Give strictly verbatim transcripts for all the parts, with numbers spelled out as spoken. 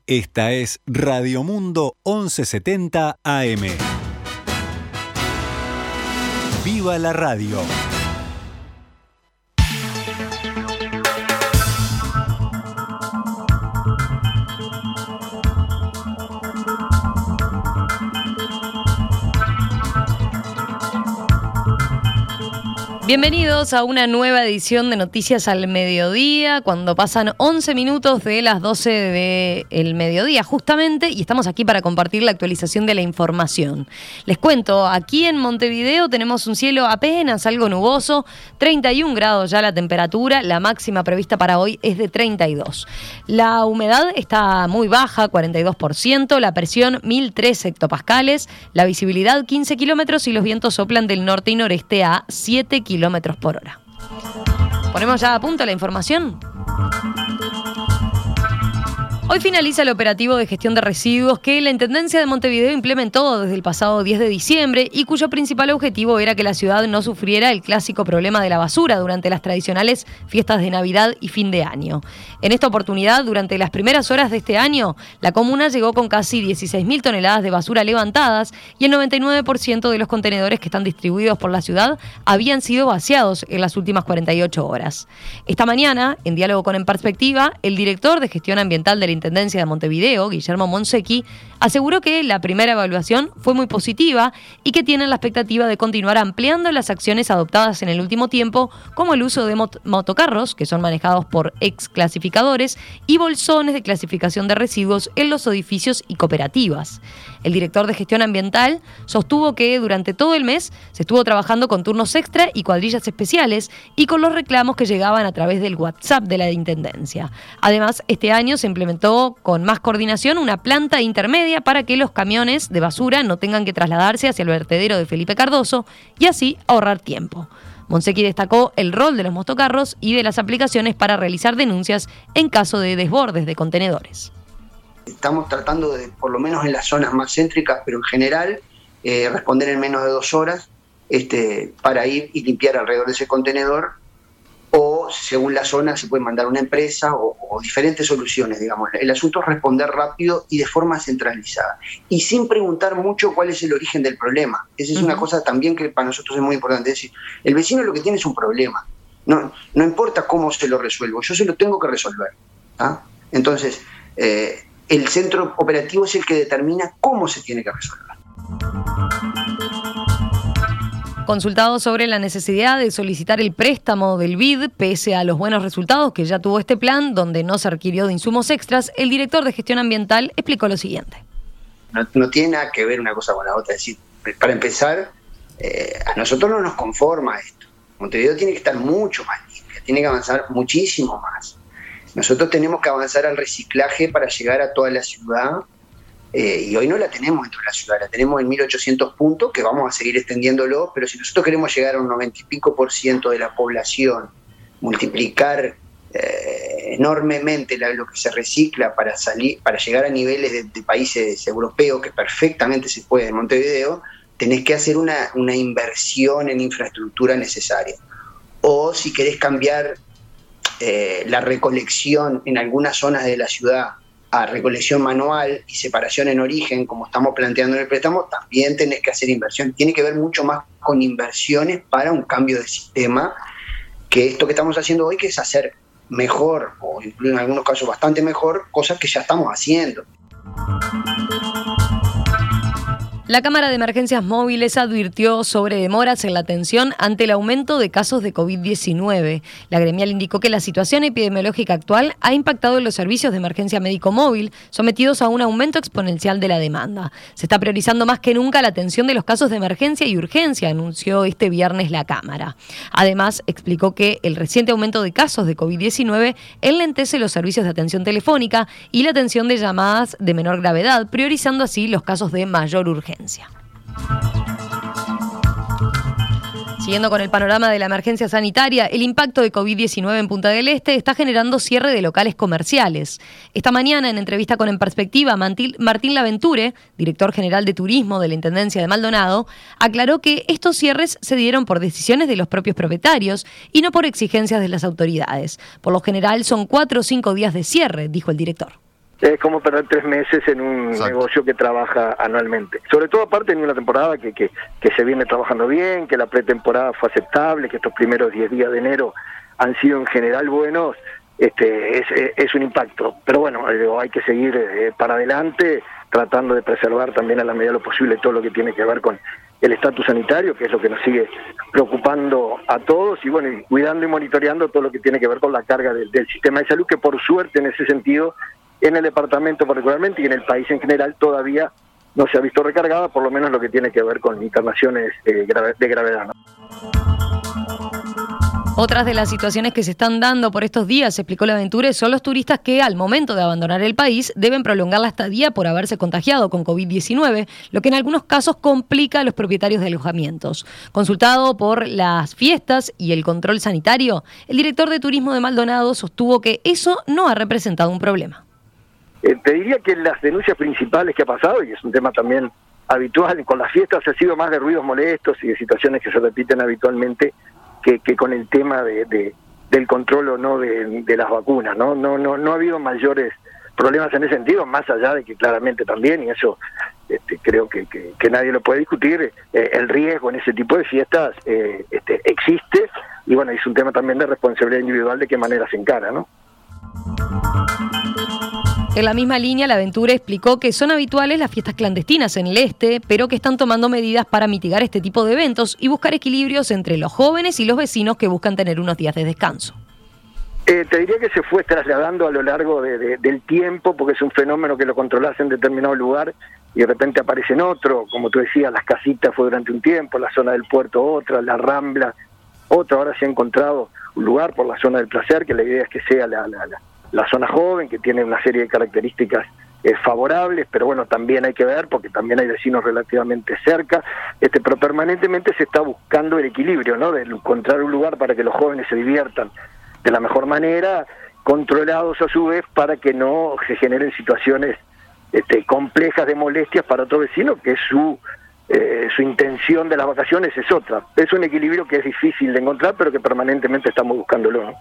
Esta es Radio Mundo once setenta A M. ¡Viva la radio! Bienvenidos a una nueva edición de Noticias al Mediodía, cuando pasan once minutos de las doce del mediodía justamente, y estamos aquí para compartir la actualización de la información. Les cuento, aquí en Montevideo tenemos un cielo apenas algo nuboso, treinta y un grados ya la temperatura, la máxima prevista para hoy es de treinta y dos. La humedad está muy baja, cuarenta y dos por ciento, la presión mil tres hectopascales, la visibilidad quince kilómetros y los vientos soplan del norte y noreste a siete kilómetros por hora. ¿Ponemos ya a punto la información? Hoy finaliza el operativo de gestión de residuos que la Intendencia de Montevideo implementó desde el pasado diez de diciembre y cuyo principal objetivo era que la ciudad no sufriera el clásico problema de la basura durante las tradicionales fiestas de Navidad y fin de año. En esta oportunidad, durante las primeras horas de este año, la comuna llegó con casi dieciséis mil toneladas de basura levantadas y el noventa y nueve por ciento de los contenedores que están distribuidos por la ciudad habían sido vaciados en las últimas cuarenta y ocho horas. Esta mañana, en diálogo con En Perspectiva, el director de gestión ambiental de la Intendencia de Montevideo, Guillermo Monsecchi, aseguró que la primera evaluación fue muy positiva y que tienen la expectativa de continuar ampliando las acciones adoptadas en el último tiempo, como el uso de mot- motocarros, que son manejados por ex clasificadores, y bolsones de clasificación de residuos en los edificios y cooperativas. El director de gestión ambiental sostuvo que durante todo el mes se estuvo trabajando con turnos extra y cuadrillas especiales y con los reclamos que llegaban a través del WhatsApp de la Intendencia. Además, este año se implementó con más coordinación una planta intermedia para que los camiones de basura no tengan que trasladarse hacia el vertedero de Felipe Cardoso y así ahorrar tiempo. Monsecchi destacó el rol de los motocarros y de las aplicaciones para realizar denuncias en caso de desbordes de contenedores. Estamos tratando de, por lo menos en las zonas más céntricas, pero en general, eh, responder en menos de dos horas este, para ir y limpiar alrededor de ese contenedor, o según la zona se puede mandar una empresa o, o diferentes soluciones, digamos. El asunto es responder rápido y de forma centralizada y sin preguntar mucho cuál es el origen del problema. Esa es uh-huh. una cosa también que para nosotros es muy importante. Es decir, el vecino lo que tiene es un problema. No, no importa cómo se lo resuelvo, yo se lo tengo que resolver. ¿Ah? Entonces, eh, el centro operativo es el que determina cómo se tiene que resolver. Consultado sobre la necesidad de solicitar el préstamo del B I D, pese a los buenos resultados que ya tuvo este plan, donde no se requirió de insumos extras, el director de gestión ambiental explicó lo siguiente. No, no tiene nada que ver una cosa con la otra. Es decir, para empezar, eh, a nosotros no nos conforma esto. Montevideo tiene que estar mucho más limpia, tiene que avanzar muchísimo más. Nosotros tenemos que avanzar al reciclaje para llegar a toda la ciudad. Eh, y hoy no la tenemos dentro de la ciudad, la tenemos en mil ochocientos puntos, que vamos a seguir extendiéndolo, pero si nosotros queremos llegar a un noventa y pico por ciento de la población, multiplicar eh, enormemente la, lo que se recicla para salir, para llegar a niveles de, de países europeos, que perfectamente se puede en Montevideo, tenés que hacer una, una inversión en infraestructura necesaria. O si querés cambiar eh, la recolección en algunas zonas de la ciudad a recolección manual y separación en origen, como estamos planteando en el préstamo, también tenés que hacer inversión. Tiene que ver mucho más con inversiones para un cambio de sistema que esto que estamos haciendo hoy, que es hacer mejor, o incluso en algunos casos bastante mejor, cosas que ya estamos haciendo. La Cámara de Emergencias Móviles advirtió sobre demoras en la atención ante el aumento de casos de covid diecinueve. La gremial indicó que la situación epidemiológica actual ha impactado en los servicios de emergencia médico móvil, sometidos a un aumento exponencial de la demanda. Se está priorizando más que nunca la atención de los casos de emergencia y urgencia, anunció este viernes la Cámara. Además, explicó que el reciente aumento de casos de covid diecinueve enlentece los servicios de atención telefónica y la atención de llamadas de menor gravedad, priorizando así los casos de mayor urgencia. Siguiendo con el panorama de la emergencia sanitaria, el impacto de covid diecinueve en Punta del Este está generando cierre de locales comerciales. Esta mañana, en entrevista con En Perspectiva, Martín Laventure, director general de turismo de la Intendencia de Maldonado, aclaró que estos cierres se dieron por decisiones de los propios propietarios y no por exigencias de las autoridades. Por lo general son cuatro o cinco días de cierre, dijo el director. Es como perder tres meses en un Exacto. negocio que trabaja anualmente. Sobre todo aparte en una temporada que, que, que se viene trabajando bien, que la pretemporada fue aceptable, que estos primeros diez días de enero han sido en general buenos, este, es, es un impacto. Pero bueno, hay que seguir eh, para adelante, tratando de preservar también a la medida de lo posible todo lo que tiene que ver con el estatus sanitario, que es lo que nos sigue preocupando a todos, y bueno, y cuidando y monitoreando todo lo que tiene que ver con la carga del, del sistema de salud, que por suerte en ese sentido, en el departamento particularmente y en el país en general, todavía no se ha visto recargada, por lo menos lo que tiene que ver con internaciones eh, grave, de gravedad, ¿no? Otras de las situaciones que se están dando por estos días, explicó Laventure, son los turistas que al momento de abandonar el país deben prolongar la estadía por haberse contagiado con covid diecinueve, lo que en algunos casos complica a los propietarios de alojamientos. Consultado por las fiestas y el control sanitario, el director de turismo de Maldonado sostuvo que eso no ha representado un problema. Eh, te diría que las denuncias principales que ha pasado, y es un tema también habitual, con las fiestas ha sido más de ruidos molestos y de situaciones que se repiten habitualmente, Que, que con el tema de, de del control o no de, de las vacunas, ¿no? No, no, no ha habido mayores problemas en ese sentido, más allá de que claramente también, y eso este, creo que, que, que nadie lo puede discutir, eh, el riesgo en ese tipo de fiestas eh, este, existe, y bueno, es un tema también de responsabilidad individual de qué manera se encara, ¿no? En la misma línea, Laventure explicó que son habituales las fiestas clandestinas en el este, pero que están tomando medidas para mitigar este tipo de eventos y buscar equilibrios entre los jóvenes y los vecinos que buscan tener unos días de descanso. Eh, te diría que se fue trasladando a lo largo de, de, del tiempo, porque es un fenómeno que lo controlas en determinado lugar y de repente aparece en otro. Como tú decías, las casitas fue durante un tiempo, la zona del puerto otra, la Rambla otra. Ahora se ha encontrado un lugar por la zona del Placer, que la idea es que sea la, la, la la zona joven, que tiene una serie de características eh, favorables, pero bueno, también hay que ver, porque también hay vecinos relativamente cerca, este, pero permanentemente se está buscando el equilibrio, ¿no? De encontrar un lugar para que los jóvenes se diviertan de la mejor manera, controlados a su vez para que no se generen situaciones este, complejas de molestias para otro vecino, que su eh, su intención de las vacaciones es otra. Es un equilibrio que es difícil de encontrar, pero que permanentemente estamos buscándolo, ¿no?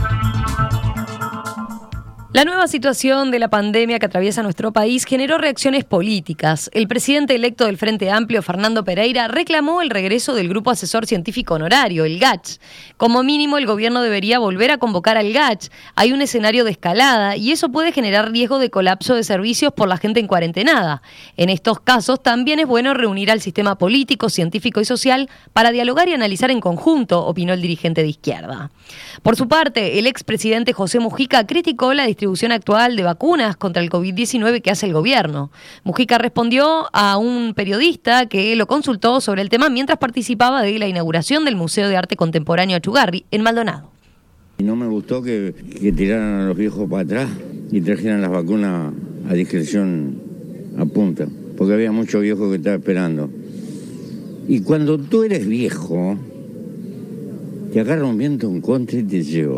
La nueva situación de la pandemia que atraviesa nuestro país generó reacciones políticas. El presidente electo del Frente Amplio, Fernando Pereira, reclamó el regreso del Grupo Asesor Científico Honorario, el G A C H. Como mínimo, el gobierno debería volver a convocar al G A C H. Hay un escenario de escalada y eso puede generar riesgo de colapso de servicios por la gente en cuarentenada. En estos casos, también es bueno reunir al sistema político, científico y social para dialogar y analizar en conjunto, opinó el dirigente de izquierda. Por su parte, el expresidente José Mujica criticó la distribución actual de vacunas contra el covid diecinueve que hace el gobierno. Mujica respondió a un periodista que lo consultó sobre el tema mientras participaba de la inauguración del Museo de Arte Contemporáneo Achugarri en Maldonado. No me gustó que, que tiraran a los viejos para atrás y trajeran las vacunas a discreción a punta, porque había muchos viejos que estaban esperando. Y cuando tú eres viejo, te agarra un viento en contra y te lleva.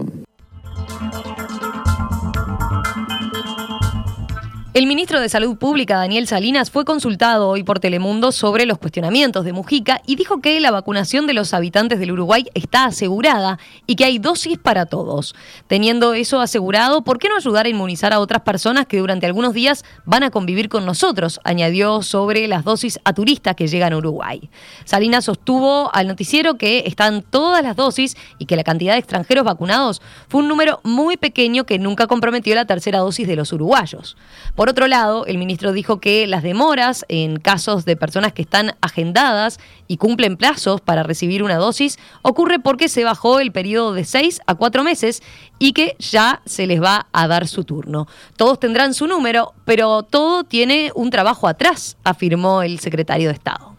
El ministro de Salud Pública, Daniel Salinas, fue consultado hoy por Telemundo sobre los cuestionamientos de Mujica y dijo que la vacunación de los habitantes del Uruguay está asegurada y que hay dosis para todos. Teniendo eso asegurado, ¿por qué no ayudar a inmunizar a otras personas que durante algunos días van a convivir con nosotros?, añadió sobre las dosis a turistas que llegan a Uruguay. Salinas sostuvo al noticiero que están todas las dosis y que la cantidad de extranjeros vacunados fue un número muy pequeño que nunca comprometió la tercera dosis de los uruguayos. Por otro lado, el ministro dijo que las demoras en casos de personas que están agendadas y cumplen plazos para recibir una dosis ocurre porque se bajó el periodo de seis a cuatro meses y que ya se les va a dar su turno. Todos tendrán su número, pero todo tiene un trabajo atrás, afirmó el secretario de Estado.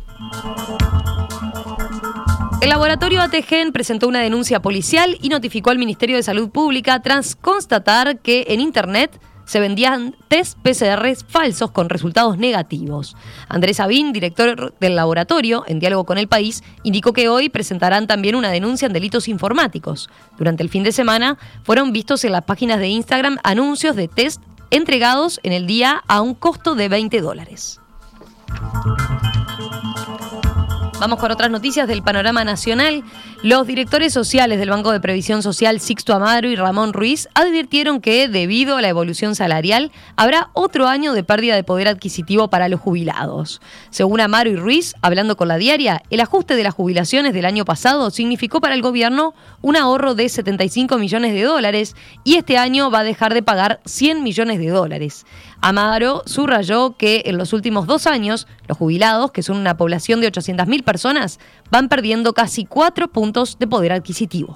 El laboratorio ATGen presentó una denuncia policial y notificó al Ministerio de Salud Pública tras constatar que en Internet se vendían test P C R falsos con resultados negativos. Andrés Sabín, director del laboratorio, en diálogo con El País, indicó que hoy presentarán también una denuncia en delitos informáticos. Durante el fin de semana fueron vistos en las páginas de Instagram anuncios de test entregados en el día a un costo de veinte dólares. Vamos con otras noticias del panorama nacional. Los directores sociales del Banco de Previsión Social Sixto Amaro y Ramón Ruiz advirtieron que, debido a la evolución salarial, habrá otro año de pérdida de poder adquisitivo para los jubilados. Según Amaro y Ruiz, hablando con La Diaria, el ajuste de las jubilaciones del año pasado significó para el gobierno un ahorro de setenta y cinco millones de dólares y este año va a dejar de pagar cien millones de dólares. Amaro subrayó que en los últimos dos años, los jubilados, que son una población de ochocientas mil personas, van perdiendo casi cuatro puntos de poder adquisitivo.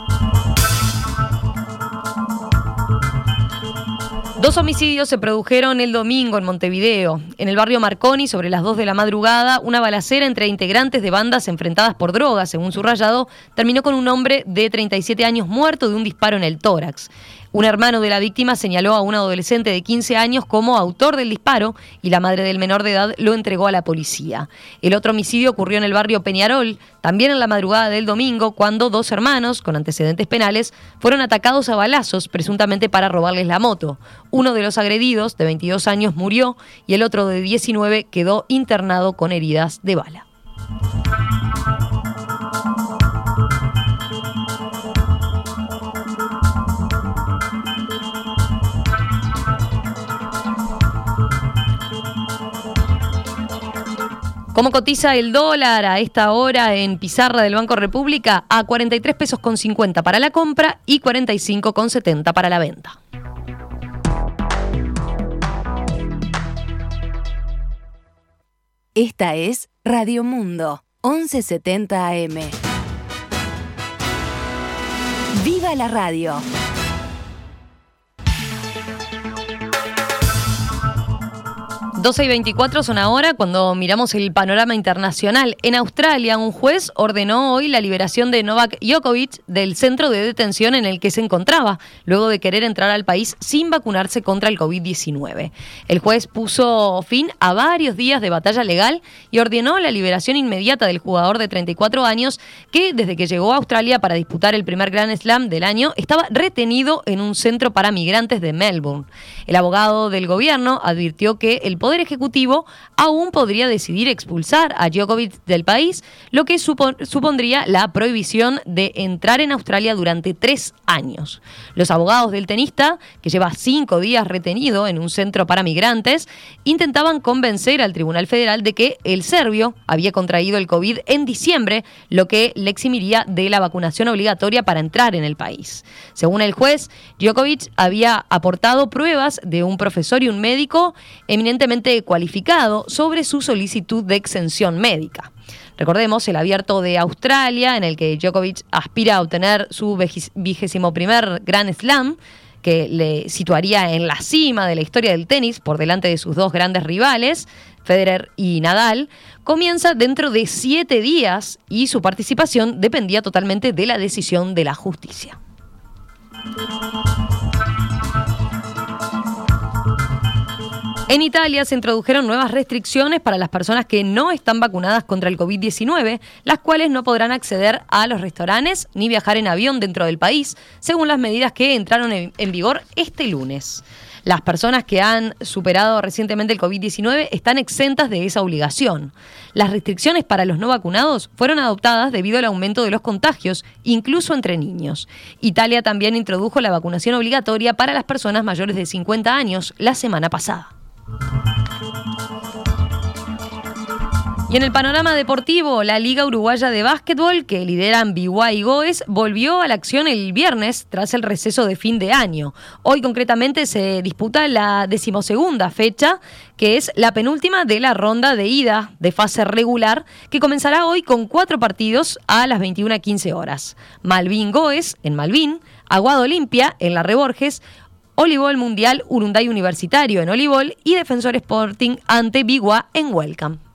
Dos homicidios se produjeron el domingo en Montevideo. En el barrio Marconi, sobre las dos de la madrugada, una balacera entre integrantes de bandas enfrentadas por drogas, según subrayado, terminó con un hombre de treinta y siete años muerto de un disparo en el tórax. Un hermano de la víctima señaló a un adolescente de quince años como autor del disparo y la madre del menor de edad lo entregó a la policía. El otro homicidio ocurrió en el barrio Peñarol, también en la madrugada del domingo, cuando dos hermanos con antecedentes penales fueron atacados a balazos, presuntamente para robarles la moto. Uno de los agredidos, de veintidós años, murió y el otro de diecinueve quedó internado con heridas de bala. ¿Cómo cotiza el dólar a esta hora en pizarra del Banco República? A cuarenta y tres pesos con cincuenta para la compra y cuarenta y cinco con setenta para la venta. Esta es Radio Mundo, once setenta A M. ¡Viva la radio! doce y veinticuatro son ahora cuando miramos el panorama internacional. En Australia, un juez ordenó hoy la liberación de Novak Djokovic del centro de detención en el que se encontraba, luego de querer entrar al país sin vacunarse contra el covid diecinueve. El juez puso fin a varios días de batalla legal y ordenó la liberación inmediata del jugador de treinta y cuatro años que, desde que llegó a Australia para disputar el primer Grand Slam del año, estaba retenido en un centro para migrantes de Melbourne. El abogado del gobierno advirtió que el poder ejecutivo aún podría decidir expulsar a Djokovic del país, lo que supon- supondría la prohibición de entrar en Australia durante tres años. Los abogados del tenista, que lleva cinco días retenido en un centro para migrantes, intentaban convencer al Tribunal Federal de que el serbio había contraído el COVID en diciembre, lo que le eximiría de la vacunación obligatoria para entrar en el país. Según el juez, Djokovic había aportado pruebas de un profesor y un médico eminentemente cualificado sobre su solicitud de exención médica. Recordemos el Abierto de Australia, en el que Djokovic aspira a obtener su vigésimo primer Grand Slam, que le situaría en la cima de la historia del tenis por delante de sus dos grandes rivales, Federer y Nadal, comienza dentro de siete días y su participación dependía totalmente de la decisión de la justicia. En Italia se introdujeron nuevas restricciones para las personas que no están vacunadas contra el covid diecinueve, las cuales no podrán acceder a los restaurantes ni viajar en avión dentro del país, según las medidas que entraron en, en vigor este lunes. Las personas que han superado recientemente el covid diecinueve están exentas de esa obligación. Las restricciones para los no vacunados fueron adoptadas debido al aumento de los contagios, incluso entre niños. Italia también introdujo la vacunación obligatoria para las personas mayores de cincuenta años la semana pasada. Y en el panorama deportivo, la Liga Uruguaya de Básquetbol, que lideran B Y y Goes, volvió a la acción el viernes tras el receso de fin de año. Hoy concretamente se disputa la decimosegunda fecha, que es la penúltima de la ronda de ida de fase regular, que comenzará hoy con cuatro partidos a las veintiuna quince horas. Malvin Goes en Malvin, Aguada Olimpia en La Reborges, Olivol Mundial Urunday Universitario en Olivol y Defensor Sporting ante Biguá en Welcome.